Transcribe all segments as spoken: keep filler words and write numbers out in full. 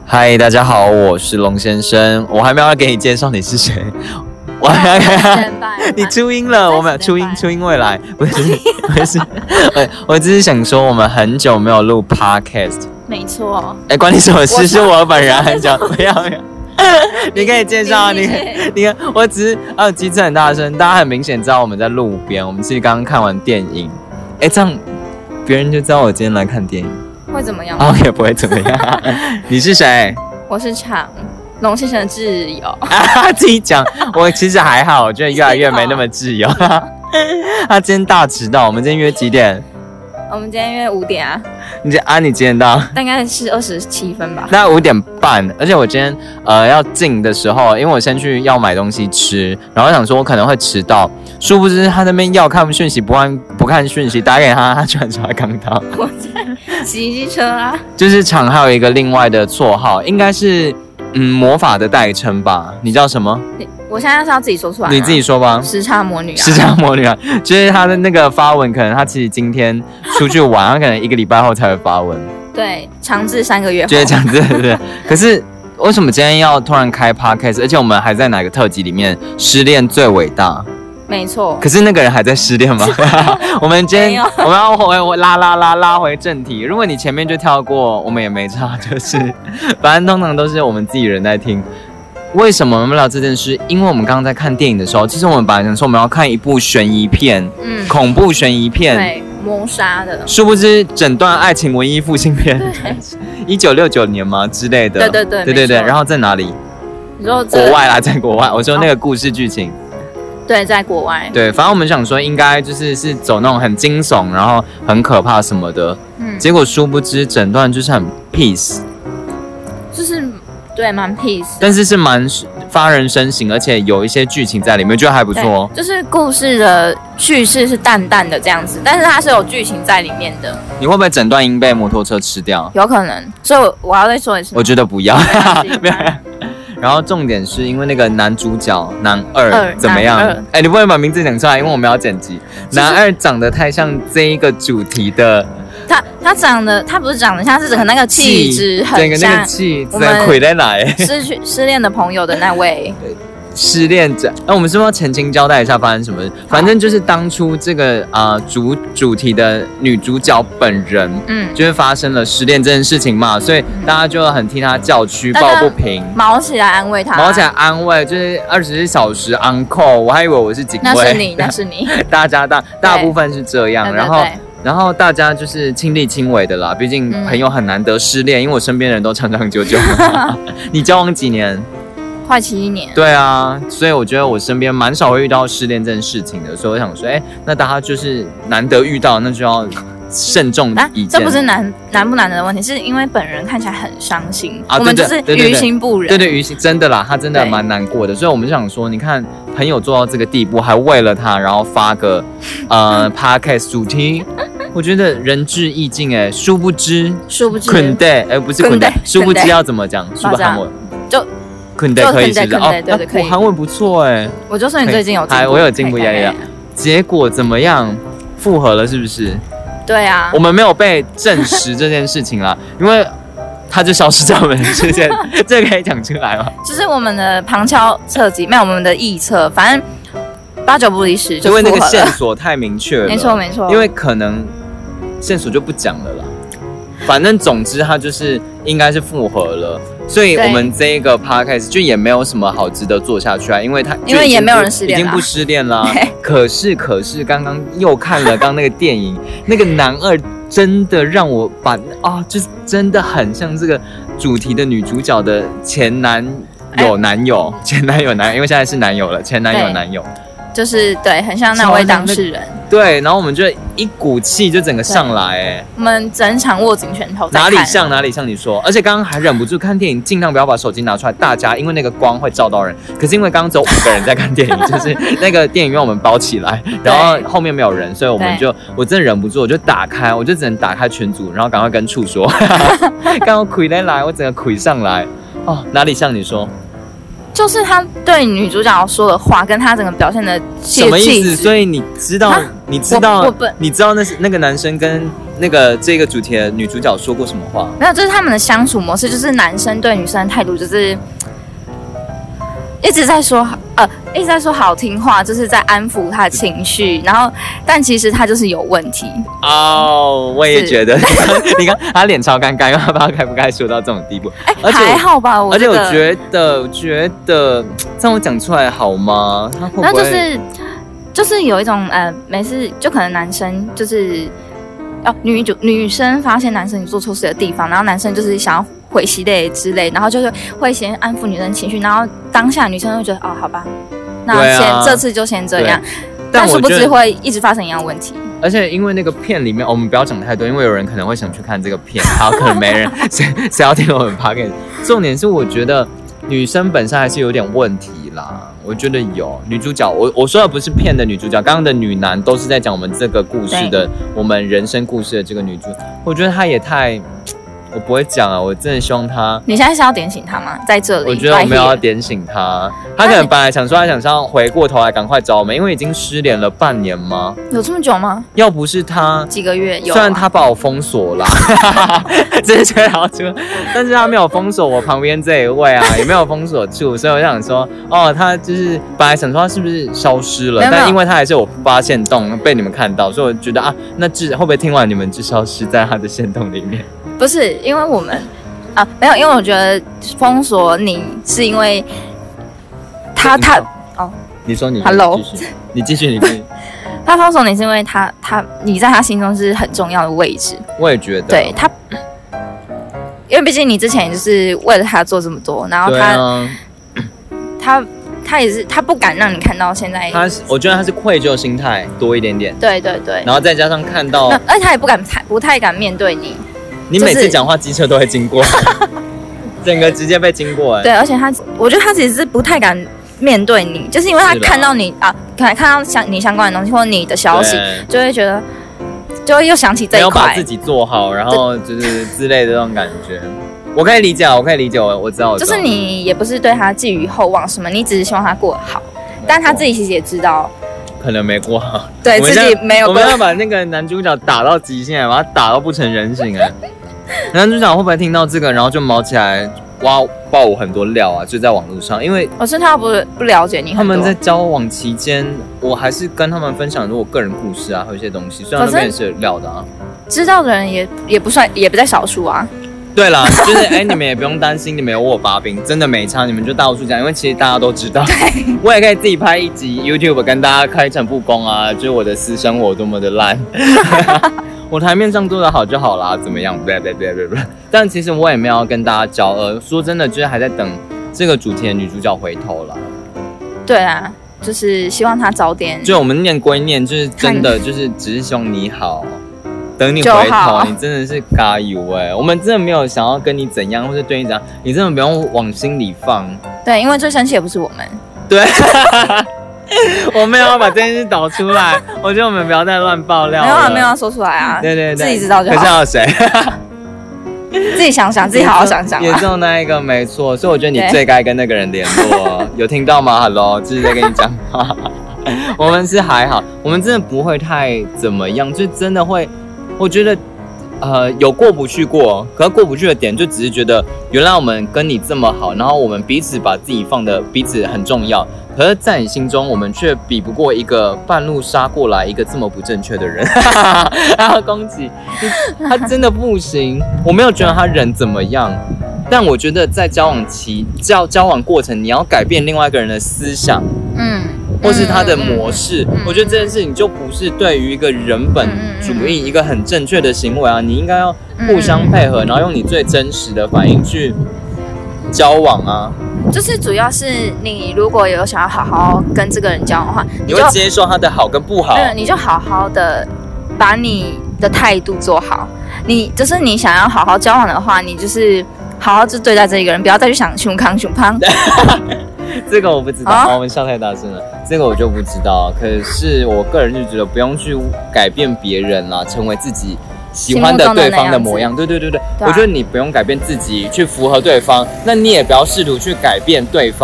嗨，大家好，我是龙先生。我还没有要给你介绍你是谁，我还要给你出音了，我们出音出音未来不是不是，我我只是想说，我们很久没有录 podcast， 没错。 哎，关你什么事？是我本人很久不要不要。你可以介绍，你你看，我只是啊，机车很大声，大家很明显知道我们在路边，我们是刚刚看完电影。哎，这样别人就知道我今天来看电影。 会怎么样？ 哦，也不会怎么样。你是谁？ 我是常龙先生的挚友。 啊，自己讲，我其实还好，我觉得越来越没那么挚友。他今天大迟到，我们今天约几点？ 我们今天约五点啊。 你今啊，你几点到？ 大概是二十七分吧。 那五点半，而且我今天呃要进的时候，因为我先去要买东西吃，然后想说我可能会迟到，殊不知他那边要看讯息不看不看讯息，打给他，他居然说他刚到。 我在骑机车啊。 就是场还有一个另外的绰号，应该是嗯魔法的代称吧？你叫什么？ 我现在是要自己说出来， 你自己说吧。 时差魔女啊， 时差魔女啊，就是他的那个发文，可能他其实今天出去玩，他可能一个礼拜后才会发文。 对，长至三个月后。 就是这样子，对对。可是为什么今天要突然开 podcast， 而且我们还在哪个特辑里面？失恋最伟大。 没错。 可是那个人还在失恋吗？我们今天我们要回我拉拉拉拉回正题。如果你前面就跳过，我们也没差，就是反正通常都是我们自己人在听。为什么我们聊这件事？因为我们刚刚在看电影的时候，其实我们本来想说我们要看一部悬疑片，嗯，恐怖悬疑片， 对，谋杀的。 殊不知整段爱情文艺复兴片，一九六九年吗之类的？ 对对对， 对对对。然后在哪里？ 你说国外啦，在国外。我说那个故事剧情。 对，在国外。 对，反正我们想说应该就是是走那种很惊悚，然后很可怕什么的。嗯。结果殊不知整段就是很 peace， 就是对蛮 peace， 但是是蛮发人深省，而且有一些剧情在里面，我觉得还不错。 就是故事的叙事是淡淡的这样子，但是它是有剧情在里面的。 你会不会整段音被摩托车吃掉？ 有可能，所以我我要再说一次。 我觉得不要。没有。然后重点是因为那个男主角男二, 二怎么样？哎，你不能把名字讲出来，因为我们要剪辑。男二长得太像这一个主题的。 他他长得，他不是长得像，是整个那个气质很像。 整个那个气质亏在哪？ 失去失恋的朋友的那位。 失恋者，那、啊、我们是不是要澄清交代一下发生什么？反正就是当初这个啊、呃、主主题的女主角本人，嗯，就是发生了失恋这件事情嘛，所以大家就很替她叫屈抱不平， 毛起来安慰她， 毛起来安慰，就是二十四小时 on call， 我还以为我是警卫， 那是你，那是你， 大家大大部分是这样，然后。然后大家就是亲力亲为的啦，毕竟朋友很难得失恋，嗯、因为我身边人都长长久久。你交往几年？ 快七年。 对啊，所以我觉得我身边蛮少会遇到失恋这件事情的，所以我想说，哎，那大家就是难得遇到，那就要慎重以见。 这不是难难不难得的问题，是因为本人看起来很伤心，啊、我们就是于心不忍。 对对，于心真的啦，他真的蛮难过的，所以我们就想说，你看朋友做到这个地步，还为了他，然后发个呃 podcast 主题。我觉得仁至义尽哎，殊不知， 殊不知， 捆带哎，不是捆带，殊不知要怎么讲？是不是韩文？ 就捆带可以是的哦， 对对可以。 我韩文不错哎， 我就说你最近有进步， 我有进步呀呀。结果怎么样？复合了是不是？ 对啊， 我们没有被证实这件事情啦，因为他就消失在我们之间，这个可以讲出来吗？ 就是我们的旁敲侧击，没有我们的臆测，反正八九不离十就复合了。 因为那个线索太明确了， 没错没错， 因为可能。线索就不讲了啦，反正总之他就是应该是复合了，所以我们这一个 podcast 就也没有什么好值得做下去啊，因为他因为也没有人失恋， 已经不失恋啦。可是可是刚刚又看了刚刚那个电影，那个男二真的让我把啊、哦，就是真的很像这个主题的女主角的前男友男友，哎、前男友男友，因为现在是男友了，前男友男友。 就是对，很像那位当事人。 对，然后我们就一股气就整个上来，哎， 我们整场握紧拳头。 哪里像哪里像你说，而且刚刚还忍不住看电影，尽量不要把手机拿出来，大家因为那个光会照到人。可是因为刚刚只有五个人在看电影，就是那个电影院我们包起来，然后后面没有人，所以我们就我真的忍不住，我就打开，我就只能打开群组，然后赶快跟处说，刚刚亏来来，我整个亏上来，哦，哪里像你说？ 就是他对女主角说的话，跟他整个表现的什么意思？所以你知道，你知道，你知道那是那个男生跟那个这个主题的女主角说过什么话？ 没有，就是他们的相处模式，就是男生对女生的态度就是一直在说呃，一直在说好听话，就是在安抚他的情绪，然后但其实他就是有问题。 哦，我也觉得，你看他脸超尴尬，因为他不知道该不该说到这种地步。 哎、欸，还好吧，我而且我觉得，我觉得这样我讲出来好吗？他会不会？ 那就是就是有一种呃，每次就可能男生就是哦，女主女生发现男生有做错事的地方，然后男生就是想要回息类之类，然后就是会先安抚女生情绪，然后当下女生会觉得哦，好吧，那先、啊、这次就先这样，但殊不知会一直发生一样问题。 而且因为那个片里面、哦，我们不要讲太多，因为有人可能会想去看这个片，好，可能没人谁谁要听我们 podcast。重点是我觉得女生本身还是有点问题啦，我觉得有女主角，我我说的不是片的女主角，刚刚的女男都是在讲我们这个故事的，我们人生故事的这个女主，我觉得她也太。我不会讲啊，我真的希望他。 你现在是要点醒他吗？在这里， 我觉得我们要点醒他。他可能本来想说，他想上回过头来赶快找我们，因为已经失联了半年吗？ 有这么久吗？ 要不是他几个月有、啊， 虽然他把我封锁了，这是最好处，但是他没有封锁我旁边这一位啊，也没有封锁处，所以我想说，哦，他就是本来想说他是不是消失了，但因为他还是有发限动被你们看到，所以我觉得啊，那至会不会听完你们就消失在他的限动里面？ 不是，因为我们啊没有，因为我觉得封锁你是因为他他哦， 你说你 ，Hello， 你继续，你继续。 他封锁你是因为他他你在他心中是很重要的位置。 我也觉得， 对他，因为毕竟你之前就是为了他做这么多，然后他、啊、他他也是他不敢让你看到现在， 他我觉得他是愧疚心态多一点点， 对对对， 然后再加上看到， 而且他也不敢不太敢面对你。 你每次讲话，机车都会经过，整个直接被经过哎。 对，而且他，我觉得他其实是不太敢面对你，就是因为他看到你啊，可能看到相你相关的东西或你的消息，就会觉得，就会又想起这一块，没有把自己做好，然后就是之类的这种感觉。我可以理解，我可以理解，我我知道， 就是你也不是对他寄予厚望什么，你只是希望他过得好，但他自己其实也知道。 可能没过好， 对自己没有过。 我们要把那个男主角打到极限，把他打到不成人形哎。男主角会不会听到这个，然后就毛起来挖爆我很多料啊？就在网络上，因为我是他不不了解你很多。 他们在交往期间，我还是跟他们分享很多我个人故事啊，还有一些东西，虽然那边也是有料的啊。 知道的人也也不算，也不在少数啊。 对啦，就是哎、欸，你们也不用担心，你们有我把柄，真的没差，你们就到处讲，因为其实大家都知道。我也可以自己拍一集 YouTube 跟大家开诚布公啊，就是我的私生活多么的烂，我台面上做的好就好啦，怎么样？对对对对对。但其实我也没有要跟大家交恶，说真的，就是还在等这个主题的女主角回头啦。 对啊，就是希望她早点。 就我们念归念，就是真的就是只是希望你好。等你回头，你真的是加油哎、欸！我们真的没有想要跟你怎样，或者对你怎样，你真的不用往心里放。 对，因为最生气的不是我们。 对，我没有要把这件事导出来，我觉得我们不要再乱爆料了。 没有啊，没有要说出来啊。 对对对， 自己知道就好。 可是要谁？ 自己想想，自己好好想想、啊。 也只有那一个没错，所以我觉得你最该跟那个人联络。有听到吗 ？Hello， 就是在跟你讲话。我们是还好，我们真的不会太怎么样，就真的会。我觉得，呃，有过不去过，可是过不去的点就只是觉得，原来我们跟你这么好，然后我们彼此把自己放的彼此很重要，可是在你心中，我们却比不过一个半路杀过来一个这么不正确的人，然后攻击他真的不行。我没有觉得他人怎么样，但我觉得在交往期交交往过程，你要改变另外一个人的思想，嗯。或是他的模式，嗯、我觉得这件事情就不是对于一个人本主义、嗯、一个很正确的行为啊！你应该要互相配合，嗯、然后用你最真实的反应去交往啊。 就是主要是你如果有想要好好跟这个人交往的话， 你会接受他的好跟不好。 对，你就好好的把你的态度做好。你就是你想要好好交往的话，你就是好好就对待这一个人，不要再去想熊康熊胖。 这个我不知道，啊、我们笑太大声了。这个我就不知道，可是我个人就觉得不用去改变别人啦，成为自己喜欢的对方的模样。对对对对，对啊、我觉得你不用改变自己去符合对方，那你也不要试图去改变对方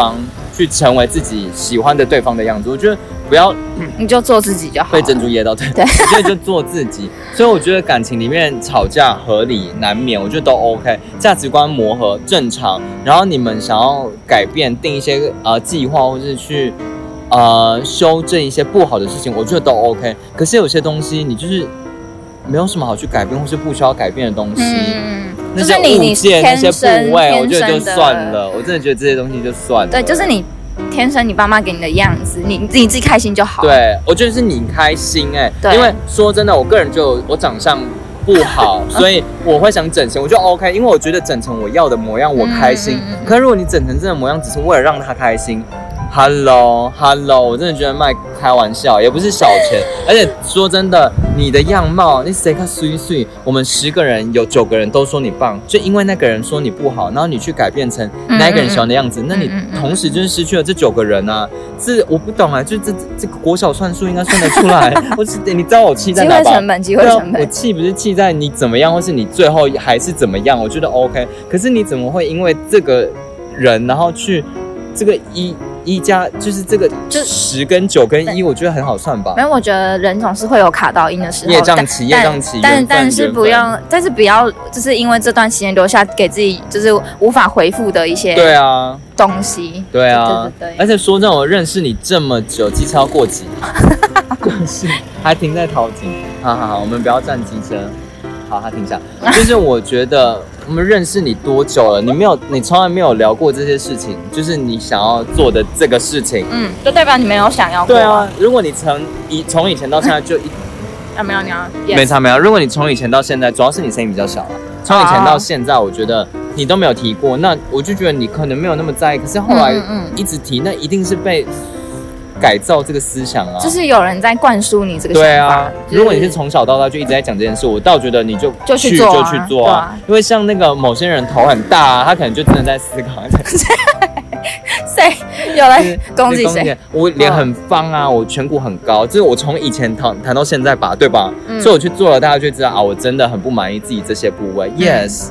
去成为自己喜欢的对方的样子。我觉得不要， 你就做自己就好了。 被珍珠噎到，对， 对， 我觉得就做自己。所以我觉得感情里面吵架合理难免，我觉得都 OK， 价值观磨合正常。然后你们想要改变，定一些呃计划，或是去呃修正一些不好的事情，我觉得都 OK。可是有些东西你就是没有什么好去改变，或是不需要改变的东西。嗯，那些物件、那些部位，我觉得就算了。我真的觉得这些东西就算了。 对，就是你天生你爸妈给你的样子，你你自己开心就好。 对，我觉得是你开心哎、欸，因为说真的，我个人就我长相不好，所以我会想整形，我就 OK， 因为我觉得整成我要的模样，我开心。嗯嗯嗯、可是如果你整成这个模样，只是为了让他开心。Hello Hello， 我真的觉得卖开玩笑，也不是小钱。而且说真的，你的样貌，你谁看碎碎，我们十个人有九个人都说你棒，就因为那个人说你不好，然后你去改变成那一个人喜欢的样子，嗯嗯嗯那你同时就是失去了这九个人啊！这我不懂啊，就这这个国小算术应该算得出来。我你知道我气在哪吧？ 机会成本，机会成本。 我气不是气在你怎么样，或是你最后还是怎么样，我觉得 OK。可是你怎么会因为这个人，然后去这个一？一加就是这个，就十跟九跟一，我觉得很好算吧。 没有，我觉得人总是会有卡到音的时候。 业障期，业障期， 但但是不要，但是不要，就是因为这段时间留下给自己就是无法回复的一些对啊东西。 对啊，对对对。而且说真的，我认识你这么久，机车要过几？就是还停在桃景。好好好，我们不要站机车。好，他停下。就是我觉得我们认识你多久了？你没有，你从来没有聊过这些事情，就是你想要做的这个事情。嗯， 就代表你没有想要过。 对啊，如果你从以从以前到现在就一啊没有你要、 yes. 没差没有。如果你从以前到现在，主要是你声音比较小了。从以前到现在，我觉得你都没有提过，那我就觉得你可能没有那么在意。可是后来一直提，那一定是被改造这个思想啊， 就是有人在灌输你这个想法。 对啊，就是、如果你是从小到大就一直在讲这件事，我倒觉得你就就去做、啊、 就去做啊。啊因为像那个某些人头很大、啊，他可能就真的在思考。 谁有人攻击谁？ 我脸很方啊，我颧骨很高，就是我从以前谈谈到现在吧，对吧？嗯、所以我去做了，大家就知道啊，我真的很不满意自己这些部位。嗯、Yes，Yes，Yes，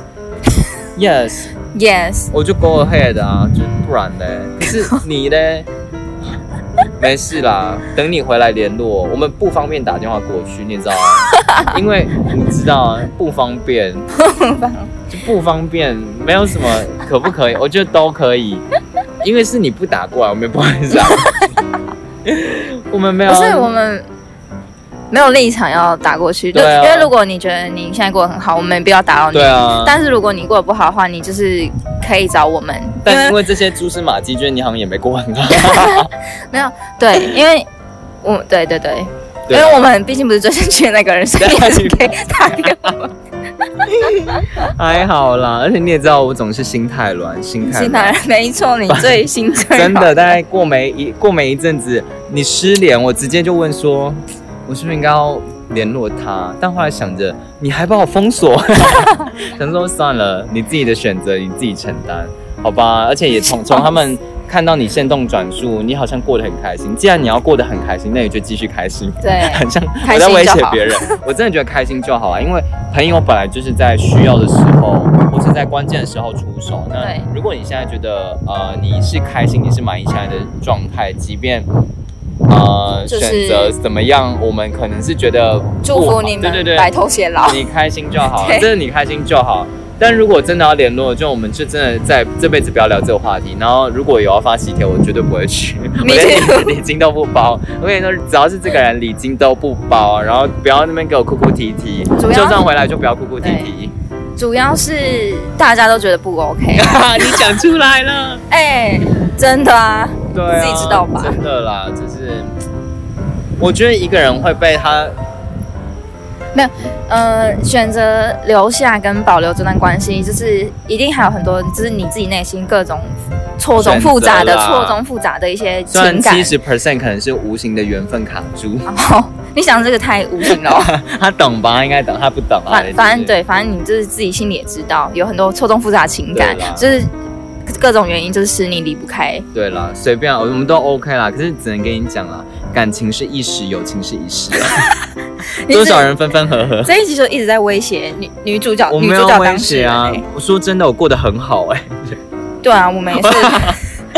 yes. 我就 go ahead 啊，就不然嘞。可是你嘞？没事啦，等你回来联络，我们不方便打电话过去，你知道吗？因为你知道啊，不方便，就不方便，没有什么可不可以，我觉得都可以，因为是你不打过来，我们不好意思啊。我们没有， 不是我们没有立场要打过去，对、啊，因为如果你觉得你现在过得很好，我们不要打扰你。 对啊。 但是如果你过得不好的话，你就是可以找我们。 但因为这些蛛丝马迹，觉得你好像也没过很好。 没有，对，因为我，对对对，对因为我们毕竟不是追上去的那个人，所以你还是可以打给我们。 还好啦，而且你也知道，我总是心太软，心太心太软，没错，你最心最真的，大概过没一过没一阵子，你失联，我直接就问说，我是不是应该要联络他？但后来想着，你还把我封锁，想说算了，你自己的选择，你自己承担，好吧？而且也从从他们看到你限动转述，你好像过得很开心。既然你要过得很开心，那你就继续开心。 对， 很像我在威胁别人。我真的觉得开心就好啊，因为朋友本来就是在需要的时候，或是在关键的时候出手。那如果你现在觉得呃你是开心，你是满意现在的状态，即便呃、就是、选择怎么样，我们可能是觉得祝福你们，对对对，白头偕老， 你开心就好，真的你开心就好。但如果真的要联络，就我们就真的在这辈子不要聊这个话题。然后如果有要发喜帖，我绝对不会去，我连礼金都不包。我跟你说，只要是这个人，礼金都不包。然后不要那边给我哭哭啼啼，就算回来就不要哭哭啼啼。 主要是大家都觉得不 OK， 你讲出来了， 哎、欸，真的啊， 对啊， 自己知道吧？ 真的啦，就是我觉得一个人会被他。 没有，呃，选择留下跟保留这段关系，就是一定还有很多，就是你自己内心各种错综复杂的、错综复杂的一些情感。 虽然七十 percent 可能是无形的缘分卡住。 哦，你想这个太无形了、哦。 他懂吧？应该懂，他不懂啊。 反反正对，反正你就是自己心里也知道，有很多错综复杂的情感，就是各种原因，就是使你离不开。 对啦，随便，我们都 OK 啦。可是只能跟你讲啦，感情是一时，友情是一世啊。多少人分分合合， 这一集就一直在威胁女女主角， 我没有威胁啊！我说真的，我过得很好哎、欸。 对啊，我们也是，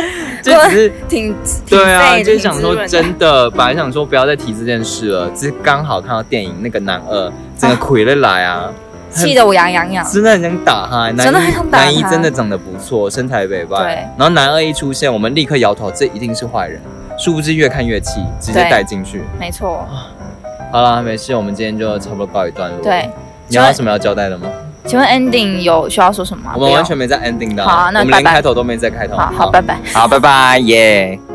就只是挺对啊，就是想说真的，本来想说不要再提这件事了，只是刚好看到电影那个男二整个魁了来啊， 气得我痒痒痒， 真的很想打他， 真的很想打他。 男一真的长得不错，身材北拜， 对， 然后男二一出现，我们立刻摇头，这一定是坏人，殊不知越看越气，直接带进去， 没错。 好啦，没事，我们今天就差不多告一段落。 对， 你还有什么要交代的吗？ 请问 ending 有需要说什么吗？ 我们完全没在 ending 的、啊， 好、啊，那我们连开头都没在开头。 好好，拜拜。 好，拜拜，耶、yeah。